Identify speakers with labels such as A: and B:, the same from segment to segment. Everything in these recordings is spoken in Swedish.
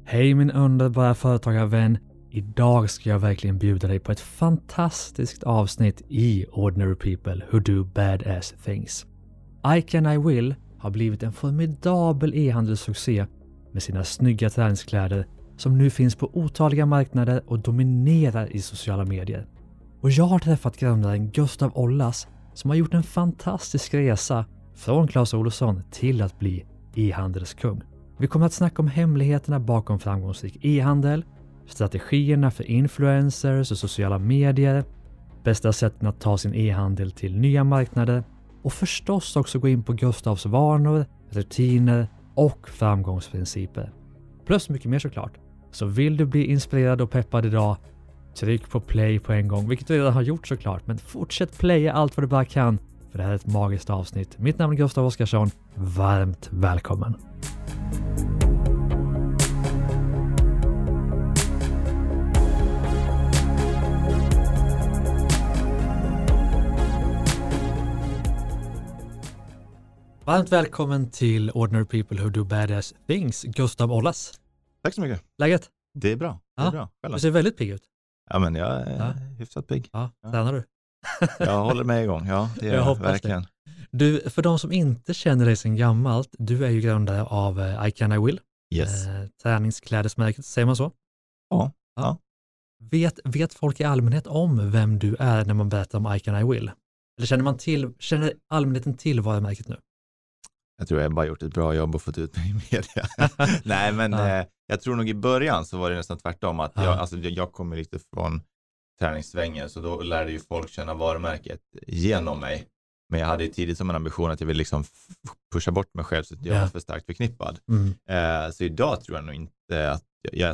A: Hej min underbara företagarvän. Idag ska jag verkligen bjuda dig på ett fantastiskt avsnitt i Ordinary People Who Do Badass Things. I Can I Will har blivit en formidabel e-handelssuccé med sina snygga träningskläder som nu finns på otaliga marknader och dominerar i sociala medier. Och jag har träffat grundaren Gustav Ollas som har gjort en fantastisk resa från Clas Ohlson till att bli e-handelskung. Vi kommer att snacka om hemligheterna bakom framgångsrik e-handel, strategierna för influencers och sociala medier, bästa sätten att ta sin e-handel till nya marknader och förstås också gå in på Gustavs vanor, rutiner och framgångsprinciper. Plus mycket mer såklart. Så vill du bli inspirerad och peppad idag, tryck på play på en gång, vilket du redan har gjort såklart, men fortsätt playa allt vad du bara kan, för det här är ett magiskt avsnitt. Mitt namn är Gustav Oskarsson, varmt välkommen! Varmt välkommen till Ordinary People Who Do Badass Things, Gustav Ollas.
B: Tack så mycket.
A: Läget?
B: Det är bra. Det är bra.
A: Du ser väldigt pigg ut.
B: Ja, men jag är hyfsat pigg.
A: Ja, tränar du?
B: Jag håller mig igång, ja. Det är jag verkligen. Det.
A: Du, för de som inte känner dig sedan gammalt, du är ju grundare av I Can I Will.
B: Yes.
A: Träningsklädesmärket, säger man så?
B: Ja.
A: Vet folk i allmänhet om vem du är när man berättar om I Can I Will? Eller känner allmänheten till varumärket nu?
B: Jag tror jag bara gjort ett bra jobb och fått ut mig i media. Nej, men jag tror nog i början så var det nästan tvärtom. Att jag kommer lite från träningssvängen, så då lärde ju folk känna varumärket genom mig. Men jag hade ju tidigt som en ambition att jag ville liksom pusha bort mig själv så att jag var för starkt förknippad. Så idag tror jag nog inte att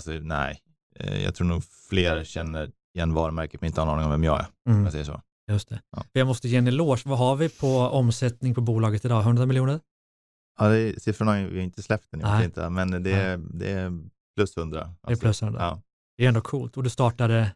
B: jag tror nog fler känner igen varumärket men inte har någon aning om vem jag är. Om jag säger så.
A: Just det. Ja. Jag måste ge en eloge. Vad har vi på omsättning på bolaget idag? 100 miljoner?
B: Ja, siffrorna har vi inte släppt än, inte, men det är plus 100. Alltså.
A: Det är plus 100.
B: Ja.
A: Det är ändå coolt. Och du startade?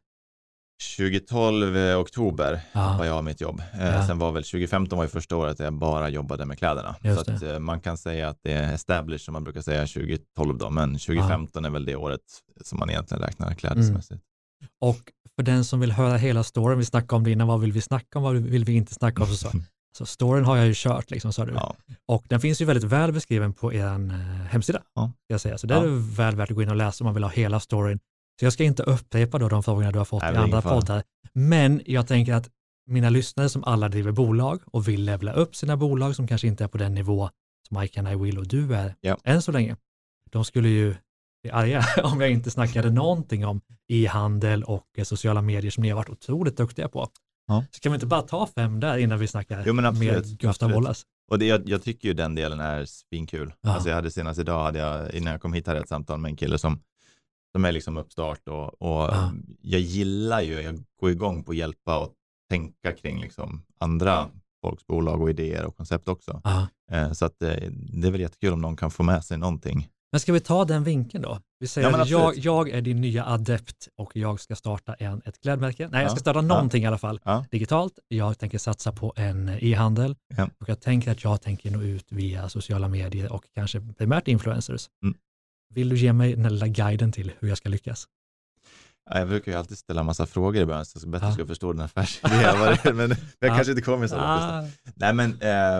B: 2012 oktober var jag mitt jobb. Sen var väl 2015 var ju första året jag bara jobbade med kläderna.
A: Just
B: så att man kan säga att det är established som man brukar säga 2012 då, men 2015 är väl det året som man egentligen räknar klädesmässigt.
A: Och för den som vill höra hela storyn, vi snackade om det innan, vad vill vi snacka om, vad vill vi inte snacka om, så storyn har jag ju kört liksom, sa du. Ja. Och den finns ju väldigt väl beskriven på er hemsida, ska jag säga. Så det är väl värt att gå in och läsa om man vill ha hela storyn. Så jag ska inte upprepa då de frågorna du har fått i andra poddar. Men jag tänker att mina lyssnare som alla driver bolag och vill levla upp sina bolag som kanske inte är på den nivå som I Can I Will och du är än så länge. De skulle ju bli arga om jag inte snackade någonting om e-handel och sociala medier som ni har varit otroligt duktiga på. Ja. Så kan vi inte bara ta 5 där innan vi snackar med Gustav Ollas? Och
B: jag tycker ju den delen är svinkul. Ja. Alltså jag hade senast idag, innan jag kom hit hade jag ett samtal med en kille som är liksom uppstart och jag gillar ju, jag går igång på att hjälpa och tänka kring liksom andra folks bolag och idéer och koncept också. Så att det är väl jättekul om någon kan få med sig någonting.
A: Men ska vi ta den vinkeln då? Vi säger att jag är din nya adept och jag ska starta ett klädmärke. Nej, jag ska starta någonting i alla fall. Digitalt. Jag tänker satsa på en e-handel. Och jag tänker att jag tänker nå ut via sociala medier och kanske primärt influencers. Vill du ge mig den lilla guiden till hur jag ska lyckas?
B: Ja, jag brukar ju alltid ställa en massa frågor i början så att jag bättre ska förstå den affärsidén. Men jag kanske inte kommer så långt. Nej, men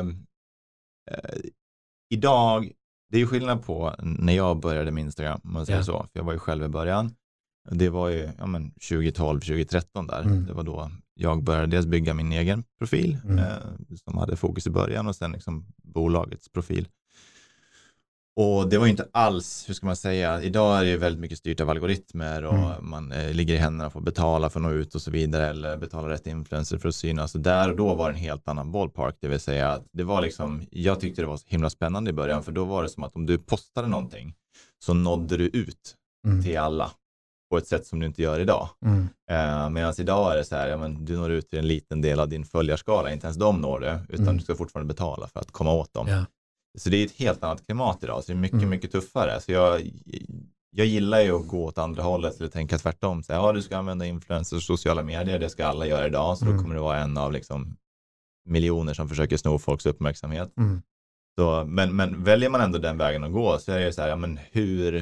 B: idag, det är ju skillnad på när jag började med Instagram, om man säger så. För jag var ju själv i början. Det var ju 2012, 2013 där. Det var då jag började dels bygga min egen profil som hade fokus i början och sen liksom bolagets profil. Och det var ju inte alls, hur ska man säga, idag är det ju väldigt mycket styrt av algoritmer och man ligger i händerna för att betala för att nå ut och så vidare eller betala rätt influencer för att synas. Så där och då var det en helt annan ballpark, det vill säga att det var liksom, jag tyckte det var så himla spännande i början för då var det som att om du postade någonting så nådde du ut till alla på ett sätt som du inte gör idag. Medan idag är det så här, du når ut till en liten del av din följarskala, inte ens de når det, utan du ska fortfarande betala för att komma åt dem. Så det är ett helt annat klimat idag. Så det är mycket, mycket tuffare. Så jag gillar ju att gå åt andra hållet eller tänka tvärtom. Så du ska använda influencers och sociala medier. Det ska alla göra idag. Så då kommer det vara en av liksom miljoner som försöker sno folks uppmärksamhet. Så, men väljer man ändå den vägen att gå så är det så här, hur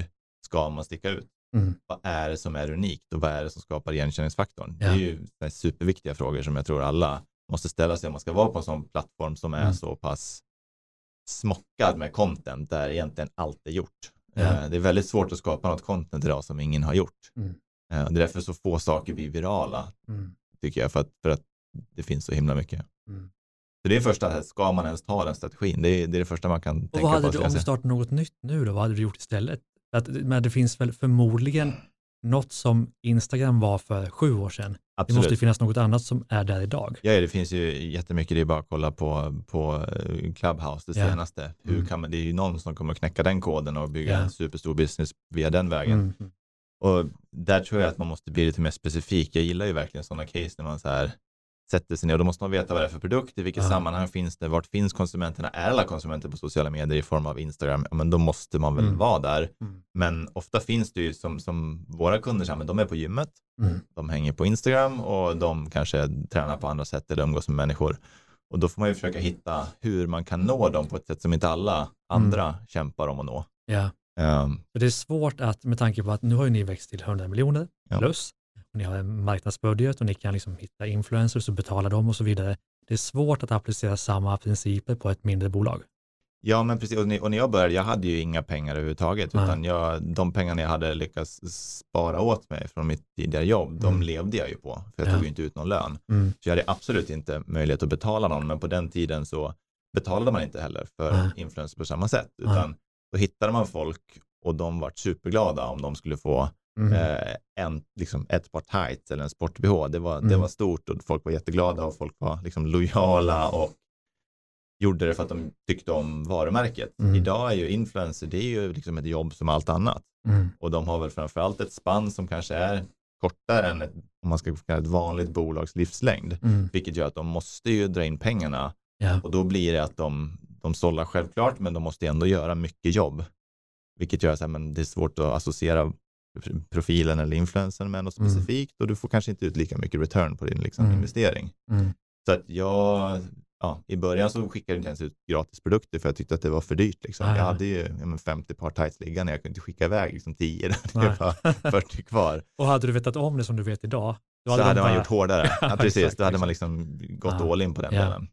B: ska man sticka ut? Vad är det som är unikt och vad är det som skapar igenkänningsfaktorn? Det är ju superviktiga frågor som jag tror alla måste ställa sig om man ska vara på en sån plattform som är så pass smockad med content där egentligen allt är gjort. Det är väldigt svårt att skapa något content idag som ingen har gjort. Det är därför så få saker blir virala, tycker jag, för att det finns så himla mycket. Så det är första, ska man ens ta den strategin? Det är det första man kan tänka på.
A: Och vad hade du, om du startar något nytt nu då, vad hade du gjort istället? Men det finns väl förmodligen något som Instagram var för 7 år sedan. Absolut. Det måste finnas något annat som är där idag.
B: Ja, det finns ju jättemycket. Det är bara att kolla på Clubhouse, det senaste. Hur kan man, det är ju någon som kommer knäcka den koden och bygga en superstor business via den vägen. Och där tror jag att man måste bli lite mer specifik. Jag gillar ju verkligen sådana case när man så här sätter sig ner och då måste man veta vad det är för produkt, i vilket sammanhang finns det, vart finns konsumenterna, är alla konsumenter på sociala medier i form av Instagram, men då måste man väl vara där. Men ofta finns det ju som våra kunder, men de är på gymmet, de hänger på Instagram och de kanske tränar på andra sätt eller umgås med människor. Och då får man ju försöka hitta hur man kan nå dem på ett sätt som inte alla andra kämpar om att nå.
A: För det är svårt att, med tanke på att nu har ju ni växt till 100 miljoner plus, och ni har en marknadsbudget och ni kan liksom hitta influencers och betala dem och så vidare. Det är svårt att applicera samma principer på ett mindre bolag.
B: Ja, men precis. Och när jag började, jag hade ju inga pengar överhuvudtaget. Utan de pengarna jag hade lyckats spara åt mig från mitt tidigare jobb, de levde jag ju på. För jag tog ju inte ut någon lön. Så jag hade absolut inte möjlighet att betala någon. Men på den tiden så betalade man inte heller för influencers på samma sätt. Utan då hittade man folk och de var superglada om de skulle få ett par tights eller en sport-BH. Det var stort och folk var jätteglada och folk var liksom lojala och gjorde det för att de tyckte om varumärket. Idag är ju influencer, det är ju liksom ett jobb som allt annat. Och de har väl framförallt ett spann som kanske är kortare än om man ska kalla ett vanligt bolags livslängd. Vilket gör att de måste ju dra in pengarna. Och då blir det att de sållar självklart, men de måste ändå göra mycket jobb. Vilket gör att det är svårt att associera profilen eller influensen med något specifikt och du får kanske inte ut lika mycket return på din investering. Så att i början så skickade jag inte ens ut gratis produkter för jag tyckte att det var för dyrt. Liksom. Jag hade ju 50 par tights liggande, jag kunde inte skicka iväg 10 där det var 40 kvar.
A: Och hade du vetat om det som du vet idag?
B: Så hade man gjort hårdare. Ja, precis, då hade man liksom gått all in på den delen.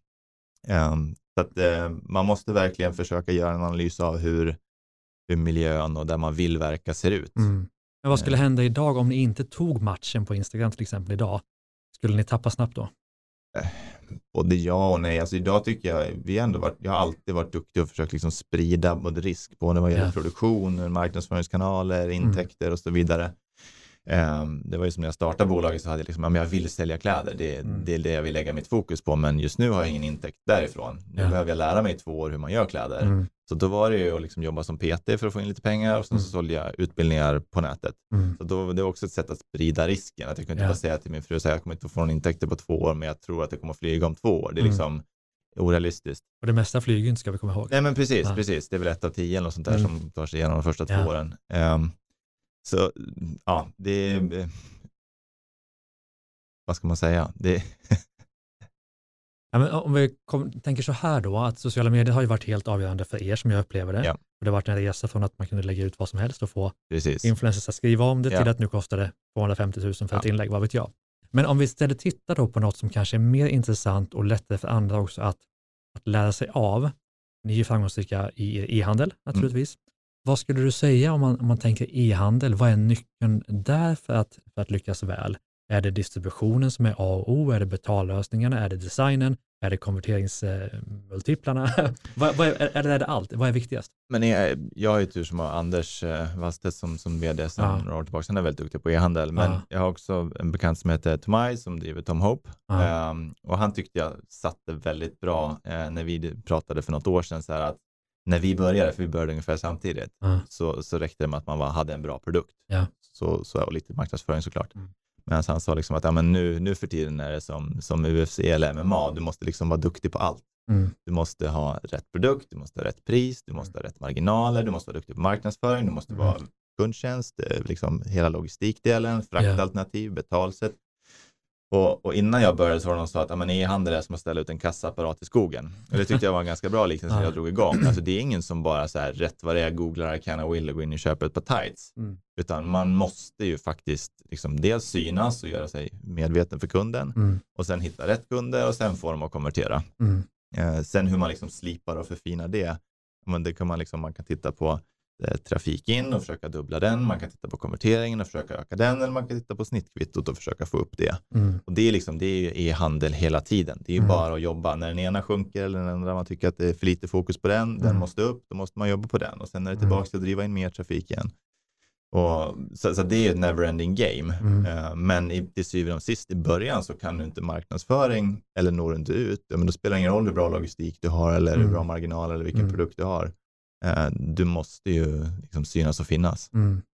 B: Så att man måste verkligen försöka göra en analys av hur miljön och där man vill verka ser ut.
A: Men vad skulle hända idag om ni inte tog matchen på Instagram till exempel idag? Skulle ni tappa snabbt då?
B: Både ja och nej. Alltså idag tycker jag har alltid varit duktig och försökt liksom sprida både risk på vad gäller produktion, marknadsföringskanaler, intäkter och så vidare. Det var ju som när jag startade bolaget så hade jag liksom, jag vill sälja kläder. Det är det jag vill lägga mitt fokus på, men just nu har jag ingen intäkt därifrån. Nu behöver jag lära mig i 2 år hur man gör kläder. Så då var det ju att liksom jobba som PT för att få in lite pengar och sen så sålde jag utbildningar på nätet. Så då, det är också ett sätt att sprida risken. Att jag kunde inte bara säga till min fru att jag kommer inte att få någon intäkter på 2 år, men jag tror att det kommer att flyga om 2 år. Det är liksom orealistiskt.
A: Och det mesta flyger inte, ska vi komma ihåg.
B: Nej, men precis. Det är väl 1 av 10 eller något sånt där som tar sig igenom de första 2 åren. Så det är, vad ska man säga?
A: Men om vi tänker så här då, att sociala medier har ju varit helt avgörande för er som jag upplever det. Och det har varit en resa från att man kunde lägga ut vad som helst och få influencers att skriva om det till att nu kostar det 250 000 för ett inlägg, vad vet jag. Men om vi istället tittar då på något som kanske är mer intressant och lättare för andra också att lära sig av. Ni är ju framgångsrika i e-handel naturligtvis. Vad skulle du säga om man tänker e-handel? Vad är nyckeln där för att lyckas väl? Är det distributionen som är A och O? Är det betallösningarna? Är det designen? Är det konverteringsmultiplarna? Är det allt? Vad är viktigast?
B: Men jag har ju tur som har Anders Wallstedt som vd sedan några år tillbaka. Han är väldigt duktig på e-handel. Men jag har också en bekant som heter Tomai som driver Tom Hope. Och han tyckte jag satte väldigt bra när vi pratade för något år sedan så här att när vi började, för vi började ungefär samtidigt, så räckte det med att man hade en bra produkt. Så och lite marknadsföring såklart. Men han sa liksom att nu för tiden är det som UFC eller MMA. Du måste liksom vara duktig på allt. Du måste ha rätt produkt, du måste ha rätt pris, du måste ha rätt marginaler, du måste vara duktig på marknadsföring, du måste vara kundtjänst, liksom hela logistikdelen, fraktalternativ, betalsätt. Och innan jag började så var de sa att men e-handel är som att ställa ut en kassaapparat i skogen. Och det tyckte jag var en ganska bra liknelse som jag drog igång. Alltså det är ingen som bara så här rätt vad det är googlar I can I will och går in och köper ett par tights. Utan man måste ju faktiskt liksom dels synas och göra sig medveten för kunden. Och sen hitta rätt kunder och sen få dem att konvertera. Sen hur man liksom slipar och förfinar det. Men det kan man kan titta på trafik in och försöka dubbla den. Man kan titta på konverteringen och försöka öka den. Eller man kan titta på snittkvittot och försöka få upp det. Och det är ju e-handel hela tiden. Det är ju bara att jobba. När den ena sjunker eller den andra man tycker att det är för lite fokus på den. Den måste upp. Då måste man jobba på den. Och sen är det tillbaka till att driva in mer trafik igen. Och, så det är ju ett never-ending game. Men till syvende och sist i början så kan du inte marknadsföring eller når du inte ut. Men då spelar det ingen roll hur bra logistik du har eller hur bra marginal eller vilken produkt du har. Du måste ju liksom synas och finnas.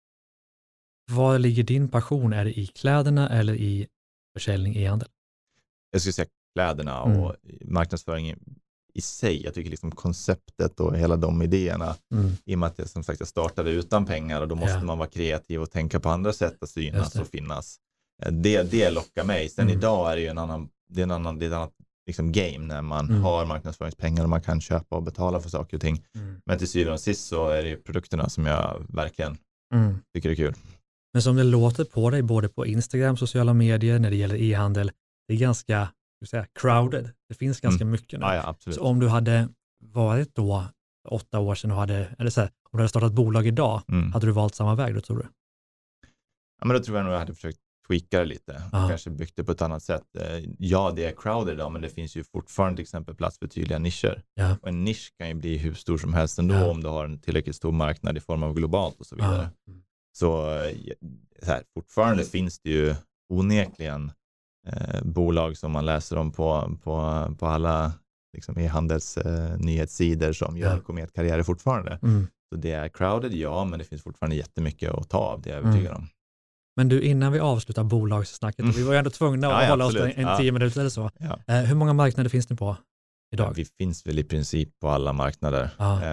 A: Var ligger din passion? Är det i kläderna eller i försäljning e-handel?
B: Jag skulle säga kläderna och marknadsföring i sig. Jag tycker liksom konceptet och hela de idéerna i och med att jag som sagt jag startade utan pengar och då måste man vara kreativ och tänka på andra sätt att synas och finnas. Det lockar mig. Sen idag är det ju ett annat liksom game när man har marknadsföringspengar och man kan köpa och betala för saker och ting. Men till syvende och sist så är det ju produkterna som jag verkligen tycker är kul.
A: Men som det låter på dig både på Instagram, sociala medier, när det gäller e-handel, det är ganska crowded. Det finns ganska mycket nu.
B: Ja, absolut.
A: Så om du hade varit då 8 år sedan och om du hade startat bolag idag, hade du valt samma väg då, tror du?
B: Ja, men då tror jag nog jag hade försökt tweaka det lite. Kanske byggt det på ett annat sätt. Ja, det är crowded idag, men det finns ju fortfarande till exempel plats för tydliga nischer. Ja. Och en nisch kan ju bli hur stor som helst ändå om du har en tillräckligt stor marknad i form av globalt och så vidare. Så här, fortfarande finns det ju onekligen bolag som man läser om på alla liksom, e-handels nyhetssidor som gör kometkarriärer fortfarande. Så det är crowded, men det finns fortfarande jättemycket att ta av, det är jag övertygad om.
A: Men du, innan vi avslutar bolagssnacket, och vi var ju ändå tvungna att hålla oss en 10 minuter eller så. Hur många marknader finns ni på idag?
B: Vi finns väl i princip på alla marknader.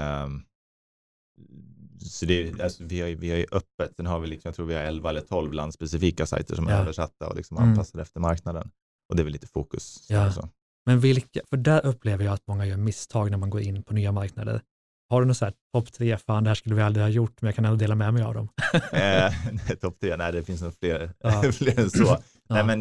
B: Så det, alltså, vi har ju öppet, sen har vi liksom, jag tror vi har 11 eller 12 landspecifika sajter som är översatta och liksom anpassade efter marknaden. Och det är väl lite fokus. Så.
A: Men för där upplever jag att många gör misstag när man går in på nya marknader. Har du något så här topp 3, fan det här skulle vi aldrig ha gjort, men jag kan ändå dela med mig av dem.
B: Topp 3, nej det finns nog fler än så. Nej men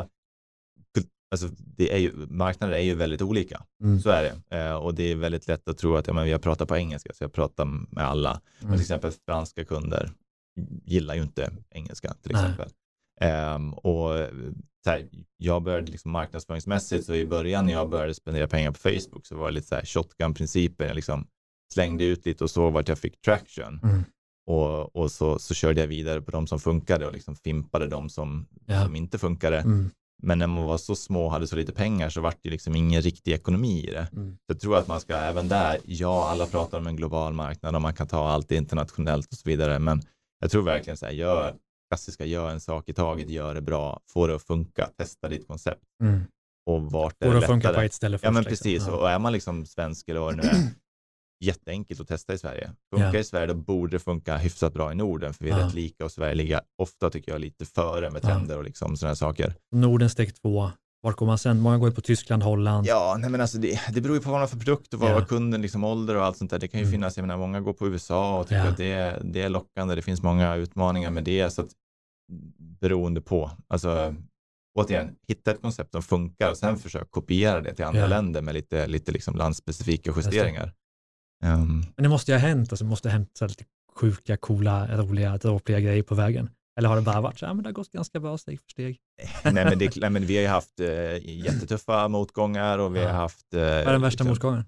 B: alltså marknader är ju väldigt olika. Så är det. Och det är väldigt lätt att tro att jag pratar på engelska så jag pratar med alla. Men till exempel franska kunder gillar ju inte engelska till exempel. Och så här, jag började liksom marknadsföringsmässigt så i början när jag började spendera pengar på Facebook så var det lite så här shotgun-principen. Jag liksom slängde ut lite och så vart jag fick traction. Och så körde jag vidare på de som funkade och liksom fimpade de som inte funkade. Men när man var så små och hade så lite pengar så var det liksom ingen riktig ekonomi i det. Så jag tror att man ska även där, alla pratar om en global marknad och man kan ta allt internationellt och så vidare. Men jag tror verkligen så här, gör en sak i taget, gör det bra, få det att funka, testa ditt koncept. Och vart är det lättare.
A: Funka på ett ställe först.
B: Ja men precis, liksom. Och är man liksom svensk eller vad det nu är, jätteenkelt att testa i Sverige. Funkar i Sverige, då borde det funka hyfsat bra i Norden, för vi är rätt lika och Sverige ligger ofta tycker jag lite före med trender och liksom sådana saker.
A: Norden steg 2, vart går man sen? Många går på Tyskland, Holland.
B: Ja, nej men alltså det beror ju på vad man har för produkt och vad kunden liksom ålder och allt sånt där. Det kan ju finnas, jag menar många går på USA och tycker att det är lockande. Det finns många utmaningar med det, så att beroende på, alltså återigen, hitta ett koncept som funkar och sen försök kopiera det till andra länder med lite liksom landspecifika justeringar.
A: Men det måste ju ha hänt, alltså måste ha hänt så lite sjuka, coola, roliga, dråpliga grejer på vägen. Eller har det bara varit så men det har gått ganska bra steg för steg?
B: nej, men vi har ju haft jättetuffa motgångar och vi har haft...
A: Vad är den värsta motgången?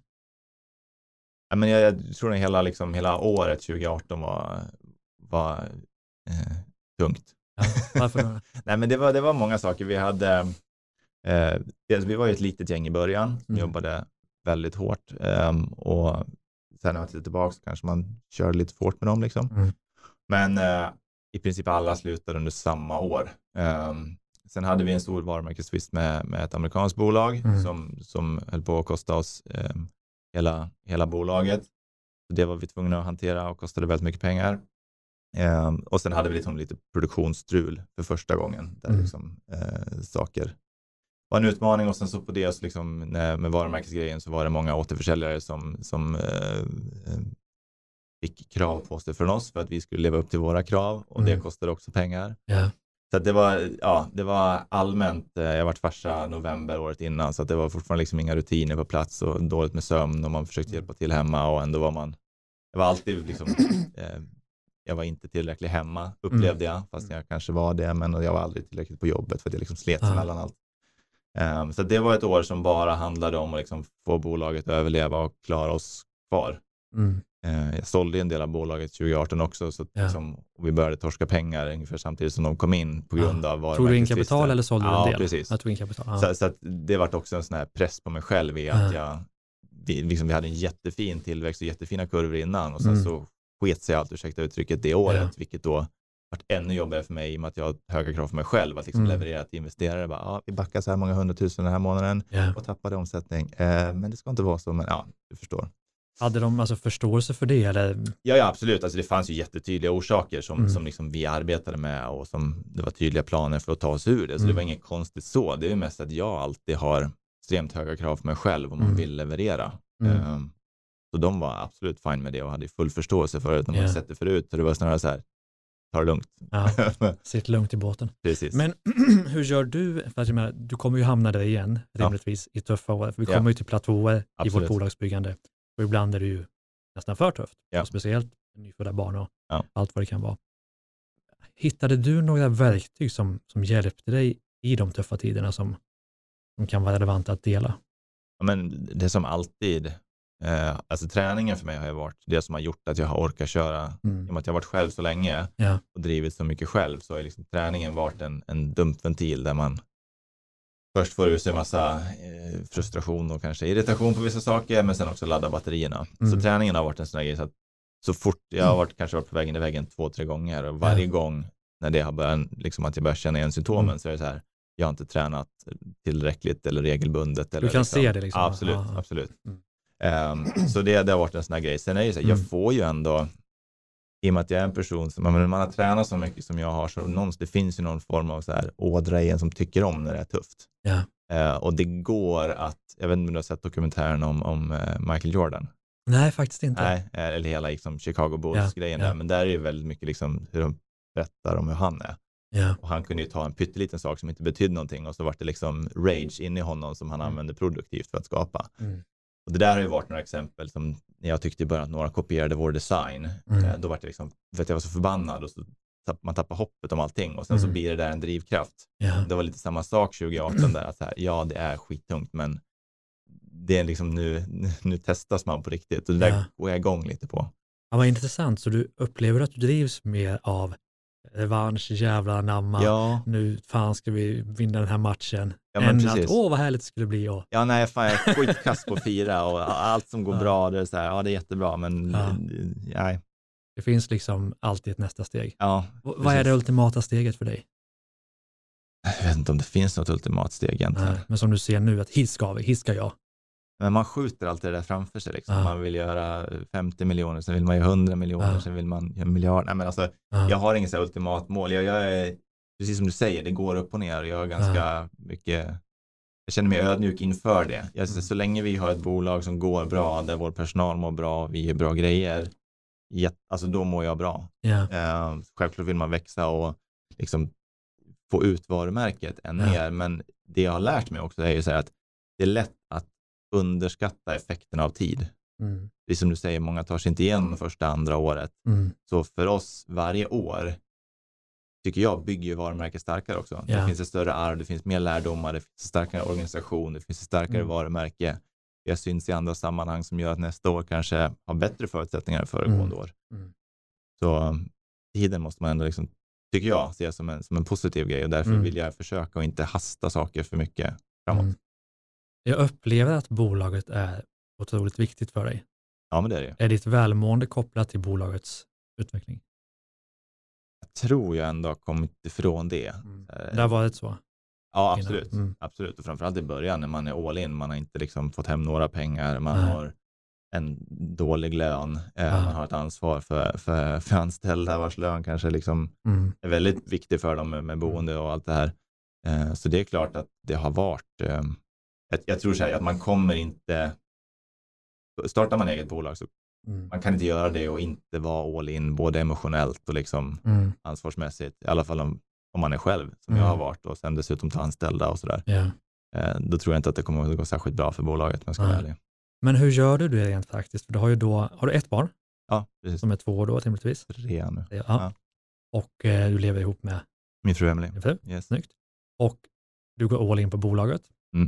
B: Men jag tror att hela året 2018 var tungt.
A: Varför då?
B: Nej, men det var många saker. Vi hade... vi var ju ett litet gäng i början som jobbade väldigt hårt. Och sen när man tittar tillbaka så kanske man kör lite för hårt med dem liksom. Men i princip alla slutade under samma år. Sen hade vi en stor varumärkestvist med ett amerikanskt bolag som höll på att kosta oss hela bolaget. Så det var vi tvungna att hantera och kostade väldigt mycket pengar. Och sen hade vi liksom lite produktionsstrul för första gången. Där liksom, saker var en utmaning. Och sen så på det så liksom, med varumärkesgrejen så var det många återförsäljare som fick krav på sig från oss för att vi skulle leva upp till våra krav. Och det kostade också pengar.
A: Yeah.
B: Så att det var allmänt, jag varit farsa november året innan, så att det var fortfarande liksom inga rutiner på plats och dåligt med sömn och man försökte hjälpa till hemma och ändå jag var alltid liksom, jag var inte tillräckligt hemma upplevde jag, fast jag kanske var det, men jag var aldrig tillräckligt på jobbet för att jag liksom slet mellan allt. Så det var ett år som bara handlade om att liksom få bolaget att överleva och klara oss kvar. Jag sålde en del av bolaget 2018 också, så att liksom, och vi började torska pengar ungefär samtidigt som de kom in på grund av varumärkestvister.
A: Tog du in kapital eller sålde du en del?
B: Ja, precis.
A: Jag tog in kapital.
B: Så att det var också en sån här press på mig själv i att vi hade en jättefin tillväxt och jättefina kurvor innan och sen så sket sig allt, ursäkta uttrycket, det året, vilket då varit ännu jobbigare för mig i och med att jag har höga krav för mig själv att liksom leverera till investerare. Bara, vi backar så här många 100 000 den här månaden och tappade omsättning. Men det ska inte vara så, men du förstår.
A: Hade de alltså förståelse för det? Eller?
B: Ja, absolut. Alltså, det fanns ju jättetydliga orsaker som liksom vi arbetade med och som det var tydliga planer för att ta oss ur det. Så det var inget konstigt så. Det är ju mest att jag alltid har extremt höga krav för mig själv om man vill leverera. Så de var absolut fine med det och hade full förståelse för det när man sett det förut. Så det var snarare så här, ta det lugnt.
A: Ja, sitt lugnt i båten.
B: Precis.
A: Men hur gör du? För att jag menar, du kommer ju hamna där igen, rimligtvis, i tuffa år. För vi kommer ju till platåer i vårt bolagsbyggande. Och ibland är det ju nästan för tufft. Speciellt nyfödda barn och allt vad det kan vara. Hittade du några verktyg som hjälpte dig i de tuffa tiderna som kan vara relevanta att dela?
B: Ja, men det som alltid, alltså träningen för mig har ju varit det som har gjort att jag har orkat köra. I och med att jag har varit själv så länge och drivit så mycket själv, så har liksom träningen varit en dumpventil där man först får ut sig en massa frustration och kanske irritation på vissa saker, men sen också ladda batterierna. Så träningen har varit en sån här grej, så fort jag har kanske varit på vägen i väggen 2-3 gånger och varje gång när det har börjat, liksom att jag börjar känna igen symptomen, så är det så här, jag har inte tränat tillräckligt eller regelbundet. Eller
A: du kan
B: liksom,
A: se det liksom.
B: Absolut. Så det har varit en sån här grej. Sen är det så här, jag får ju ändå, i och med att jag är en person som, man har tränat så mycket som jag har, så det finns ju någon form av så här ådra i en som tycker om när det är tufft. Och det går att, jag vet inte om du har sett dokumentären om Michael Jordan.
A: Nej, faktiskt inte.
B: Nej, eller hela liksom Chicago Bulls-grejen där. Men där är det väldigt mycket liksom hur de berättar om hur han är. Och han kunde ju ta en pytteliten sak som inte betydde någonting och så var det liksom rage in i honom som han använde produktivt för att skapa. Och det där har ju varit några exempel som jag tyckte i början att några kopierade vår design. Då var det liksom, för att jag var så förbannad och så man tappar hoppet om allting och sen så blir det där en drivkraft. Det var lite samma sak 2018 där, att så här, det är skittungt, men det är liksom nu testas man på riktigt och det där går jag igång lite på.
A: Ja, vad intressant. Så du upplever att du drivs mer av revansch, jävla namma, nu fan ska vi vinna den här matchen, än att vad härligt det skulle bli. Och...
B: jag är skitkast på 4 och allt som går bra, det är så här, det är jättebra, men nej.
A: Det finns liksom alltid ett nästa steg. Vad är det ultimata steget för dig?
B: Jag vet inte om det finns något ultimat steg egentligen.
A: Men som du ser nu, att hit ska jag.
B: Men man skjuter alltid det där framför sig. Liksom. Man vill göra 50 miljoner, sen vill man göra 100 miljoner, sen vill man göra en miljard. Nej, men alltså, jag har inget så här ultimat mål. Jag är, precis som du säger, det går upp och ner. Jag är ganska mycket, jag känner mig ödmjuk inför det. Så länge vi har ett bolag som går bra, där vår personal mår bra, vi gör bra grejer, alltså då mår jag bra. Självklart vill man växa och liksom få ut varumärket än mer. Men det jag har lärt mig också är ju så här att det är lätt att underskatta effekten av tid. Det är som du säger, många tar sig inte igenom första, andra året. Så för oss varje år tycker jag bygger varumärket starkare också. Det finns ett större arv, det finns mer lärdomar, det finns en starkare organisation, det finns ett starkare varumärke. Jag syns i andra sammanhang som gör att nästa år kanske har bättre förutsättningar än föregående år. Så tiden måste man ändå liksom, tycker jag, se som en positiv grej, och därför vill jag försöka och inte hasta saker för mycket framåt.
A: Jag upplever att bolaget är otroligt viktigt för dig.
B: Ja, men det är det.
A: Är ditt välmående kopplat till bolagets utveckling?
B: Jag tror jag ändå har kommit ifrån det.
A: Det har varit så?
B: Ja, absolut. Absolut. Och framförallt i början när man är all in. Man har inte liksom fått hem några pengar. Man har en dålig lön. Man har ett ansvar för anställda vars lön kanske liksom är väldigt viktig för dem med boende och allt det här. Så det är klart att det har varit, jag tror så här att man kommer inte, startar man eget bolag så man kan inte göra det och inte vara all in både emotionellt och liksom ansvarsmässigt. I alla fall om man är själv som jag har varit och sen dessutom ta anställda och sådär.
A: Yeah.
B: Då tror jag inte att det kommer att gå särskilt bra för bolaget. Men, ska vara ärlig.
A: Men hur gör du det rent faktiskt? För du har ju då, har du ett barn?
B: Ja, precis.
A: Som är 2 år då, rimligtvis?
B: 3 nu.
A: Ja. Och du lever ihop med
B: min fru Emily.
A: Din fru?
B: Yes.
A: Snyggt. Och du går all in på bolaget.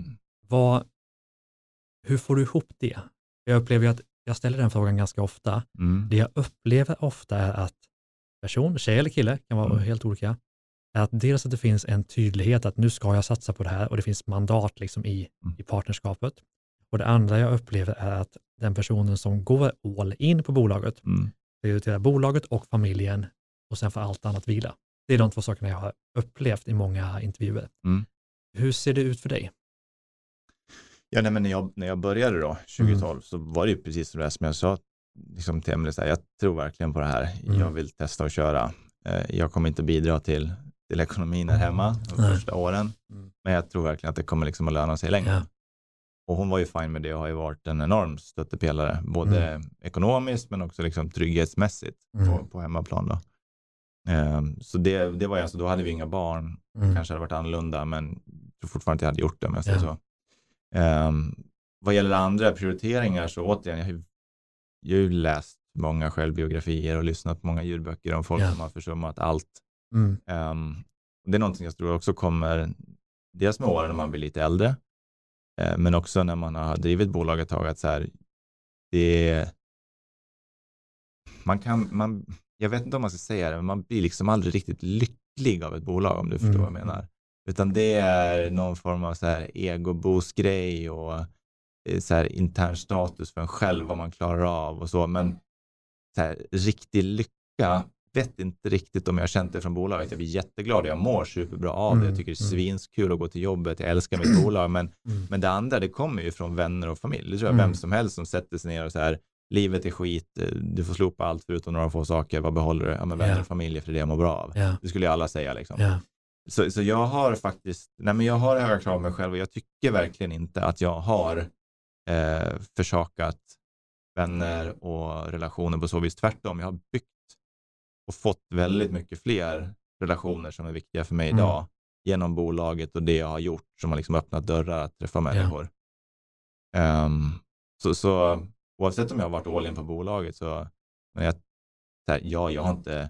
A: Hur får du ihop det? Jag upplever att jag ställer den frågan ganska ofta. Det jag upplever ofta är att tjej eller kille, kan vara helt olika, är att dels att det finns en tydlighet att nu ska jag satsa på det här och det finns mandat liksom i partnerskapet. Och det andra jag upplever är att den personen som går all in på bolaget prioriterar bolaget och familjen och sen får allt annat vila. Det är de 2 sakerna jag har upplevt i många intervjuer. Hur ser det ut för dig?
B: Ja, nej, men när jag började då, 2012, så var det ju precis som jag sa liksom till Emily, jag tror verkligen på det här. Jag vill testa och köra. Jag kommer inte bidra till ekonomin här hemma de första åren. Men jag tror verkligen att det kommer liksom att löna sig längre. Ja. Och hon var ju fin med det och har ju varit en enorm stöttepelare. Både ekonomiskt men också liksom trygghetsmässigt på hemmaplan då. Så det var alltså, då hade vi inga barn. Kanske hade varit annorlunda, men jag tror fortfarande att jag hade gjort det om jag säger så. Vad gäller andra prioriteringar så återigen, jag har ju läst många självbiografier och lyssnat på många ljudböcker om folk som har försummat allt. Det är någonting jag tror också kommer dels med åren när man blir lite äldre, men också när man har drivit bolaget tag, att så här, jag vet inte om man ska säga det, men man blir liksom aldrig riktigt lycklig av ett bolag, om du förstår vad jag menar. Utan det är någon form av så här egoboost-grej och så här intern status för en själv, vad man klarar av och så. Men så här, riktig lycka, vet inte riktigt om jag har känt det från bolaget. Jag blir jätteglad, jag mår superbra av det. Jag tycker det är svinskul att gå till jobbet. Jag älskar mitt bolag. Men det andra, det kommer ju från vänner och familj. Det tror jag vem som helst som sätter sig ner och så här, livet är skit, du får slopa allt förutom några få saker. Vad behåller du? Ja, men vänner och familj, för det jag mår bra av. Det skulle ju alla säga liksom. Så jag har faktiskt, jag har höga krav på mig själv och jag tycker verkligen inte att jag har försakat vänner och relationer på så vis. Tvärtom, jag har byggt och fått väldigt mycket fler relationer som är viktiga för mig idag genom bolaget och det jag har gjort som har liksom öppnat dörrar att träffa människor. Så oavsett om jag har varit all in på bolaget så, men jag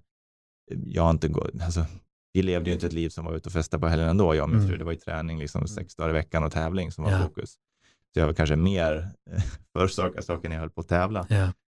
B: har inte gått, alltså vi levde ju inte ett liv som var ute och festa på helgen ändå, jag och min fru. Det var ju träning liksom 6 dagar i veckan och tävling som var fokus. Så jag var kanske mer försaka saker när jag höll på att tävla.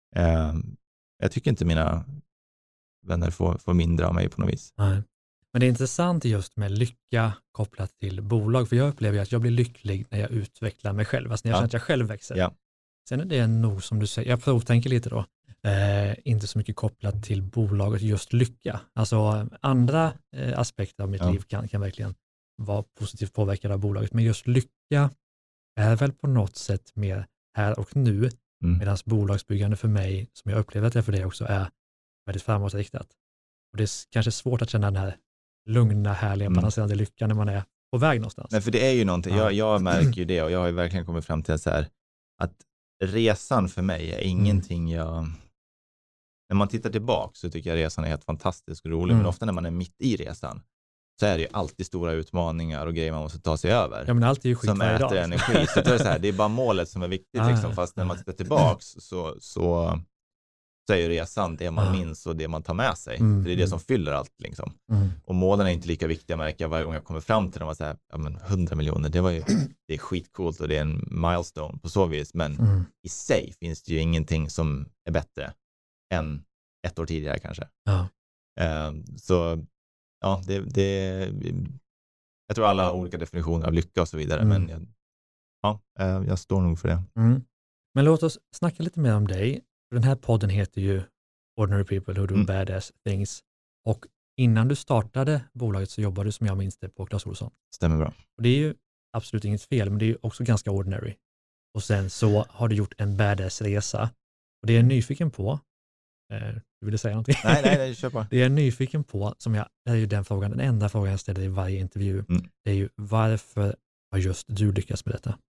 B: Jag tycker inte mina vänner får mindre av mig på något vis.
A: Nej. Men det är intressant just med lycka kopplat till bolag, för jag upplever att jag blir lycklig när jag utvecklar mig själv, alltså när jag känner att jag själv växer. Sen är det nog som du säger, jag provtänker lite då, inte så mycket kopplat till bolaget, just lycka. Alltså andra aspekter av mitt liv kan verkligen vara positivt påverkade av bolaget, men just lycka är väl på något sätt mer här och nu, medan bolagsbyggande för mig, som jag upplever att det för dig också, är väldigt framåtriktat. Och det är kanske svårt att känna den här lugna, härliga, balanserande lyckan när man är på väg någonstans.
B: Men för det är ju någonting, jag märker ju det och jag har ju verkligen kommit fram till så här, att resan för mig är ingenting när man tittar tillbaka så tycker jag resan är helt fantastisk och rolig, men ofta när man är mitt i resan så är det ju alltid stora utmaningar och grejer man måste ta sig över.
A: Ja, men allt är ju skit
B: som äter energi. Så det är så här, det är bara målet som är viktigt liksom, fast när man tittar tillbaks så är ju resan det man minns och det man tar med sig. För det är det som fyller allt liksom. Och målen är inte lika viktiga, märker jag varje gång jag kommer fram till dem och säger, 100 miljoner, det är skitcoolt och det är en milestone på så vis, men i sig finns det ju ingenting som är bättre än 1 år tidigare kanske. Så ja, jag tror alla har olika definitioner av lycka och så vidare, men jag står nog för det.
A: Men låt oss snacka lite mer om dig. Den här podden heter ju Ordinary People Who Do Badass Things, och innan du startade bolaget så jobbade du, som jag minns det, på Clas Ohlson.
B: Stämmer bra.
A: Och det är ju absolut inget fel, men det är ju också ganska ordinary och sen så har du gjort en badass-resa. Och det jag är nyfiken på, du ville säga någonting?
B: Nej, kör på.
A: Det jag är nyfiken på, det är ju den frågan, den enda frågan jag ställer i varje intervju, det är ju varför har just du lyckats med detta?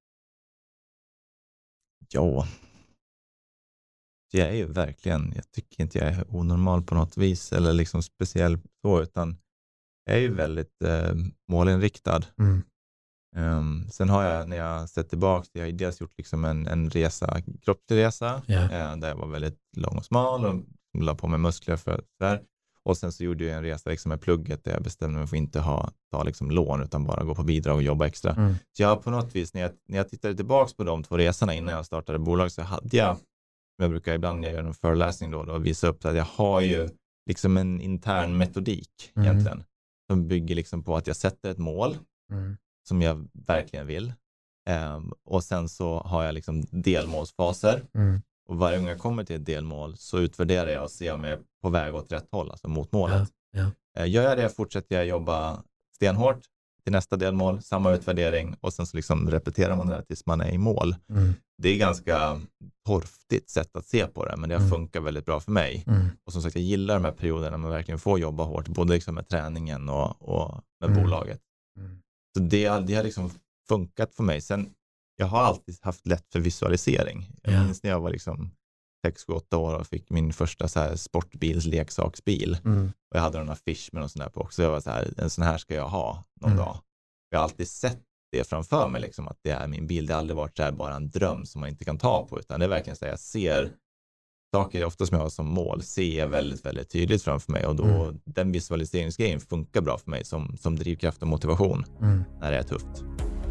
B: Ja, jag är ju verkligen, jag tycker inte jag är onormal på något vis eller liksom speciell så, utan jag är ju väldigt målinriktad. Sen har jag, när jag sett tillbaka, jag har dels gjort liksom en resa, kroppslig resa, där jag var väldigt lång och smal och la på mig muskler för där. Och sen så gjorde jag en resa liksom med plugget där jag bestämde mig för att inte ta liksom lån utan bara gå på bidrag och jobba extra. Så jag på något vis, när jag tittade tillbaka på de 2 resorna innan jag startade bolag, så hade jag ibland när jag gör en föreläsning då visa upp att jag har ju liksom en intern metodik egentligen som bygger liksom på att jag sätter ett mål som jag verkligen vill. Och sen så har jag liksom delmålsfaser. Och varje gång jag kommer till ett delmål så utvärderar jag och ser om jag är på väg åt rätt håll, alltså mot målet. Gör jag det fortsätter jag jobba stenhårt till nästa delmål, samma utvärdering och sen så liksom repeterar man det tills man är i mål. Det är ganska torftigt sätt att se på det, men det funkar väldigt bra för mig. Och som sagt, jag gillar de här perioderna när man verkligen får jobba hårt, både liksom med träningen och med bolaget. Så det har liksom funkat för mig. Sen, jag har alltid haft lätt för visualisering. Jag minns när jag var liksom 6-8 år och fick min första så här sportbilsleksaksbil. Och jag hade en affisch med någon sån här på också. Jag var så här, en sån här ska jag ha någon dag. Jag har alltid sett det framför mig liksom, att det är min bil. Det har aldrig varit så här bara en dröm som man inte kan ta på, utan det är verkligen så här, jag ser saker ofta som jag har som mål, ser väldigt, väldigt tydligt framför mig, och då den visualiseringsgrejen funkar bra för mig som drivkraft och motivation när det är tufft.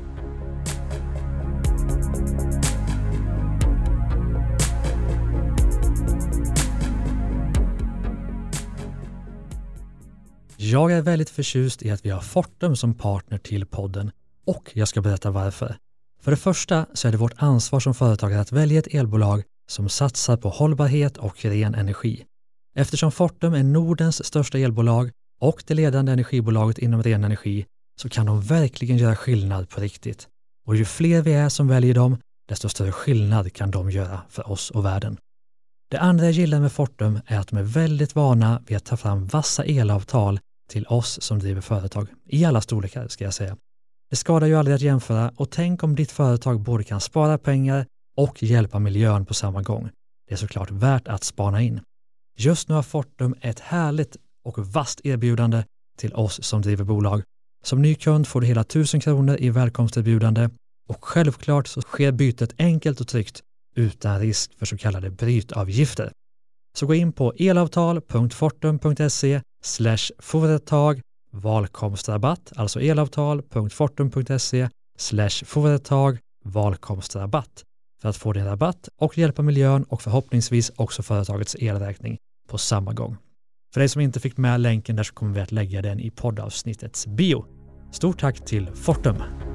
A: Jag är väldigt förtjust i att vi har Fortum som partner till podden, och jag ska berätta varför. För det första så är det vårt ansvar som företagare att välja ett elbolag som satsar på hållbarhet och ren energi. Eftersom Fortum är Nordens största elbolag och det ledande energibolaget inom ren energi, så kan de verkligen göra skillnad på riktigt. Och ju fler vi är som väljer dem, desto större skillnad kan de göra för oss och världen. Det andra jag gillar med Fortum är att de är väldigt vana vid att ta fram vassa elavtal till oss som driver företag, i alla storlekar ska jag säga. Det skadar ju aldrig att jämföra, och tänk om ditt företag både kan spara pengar och hjälpa miljön på samma gång. Det är såklart värt att spana in. Just nu har Fortum ett härligt och vasst erbjudande till oss som driver bolag. Som ny kund får du hela 1000 kronor i välkomsterbjudande, och självklart så sker bytet enkelt och tryggt utan risk för så kallade brytavgifter. Så gå in på elavtal.fortum.se/företag valkomstrabatt, alltså elavtal.fortum.se/företag valkomstrabatt, för att få din rabatt och hjälpa miljön och förhoppningsvis också företagets elräkning på samma gång. För dig som inte fick med länken där, så kommer vi att lägga den i poddavsnittets bio. Stort tack till Fortum!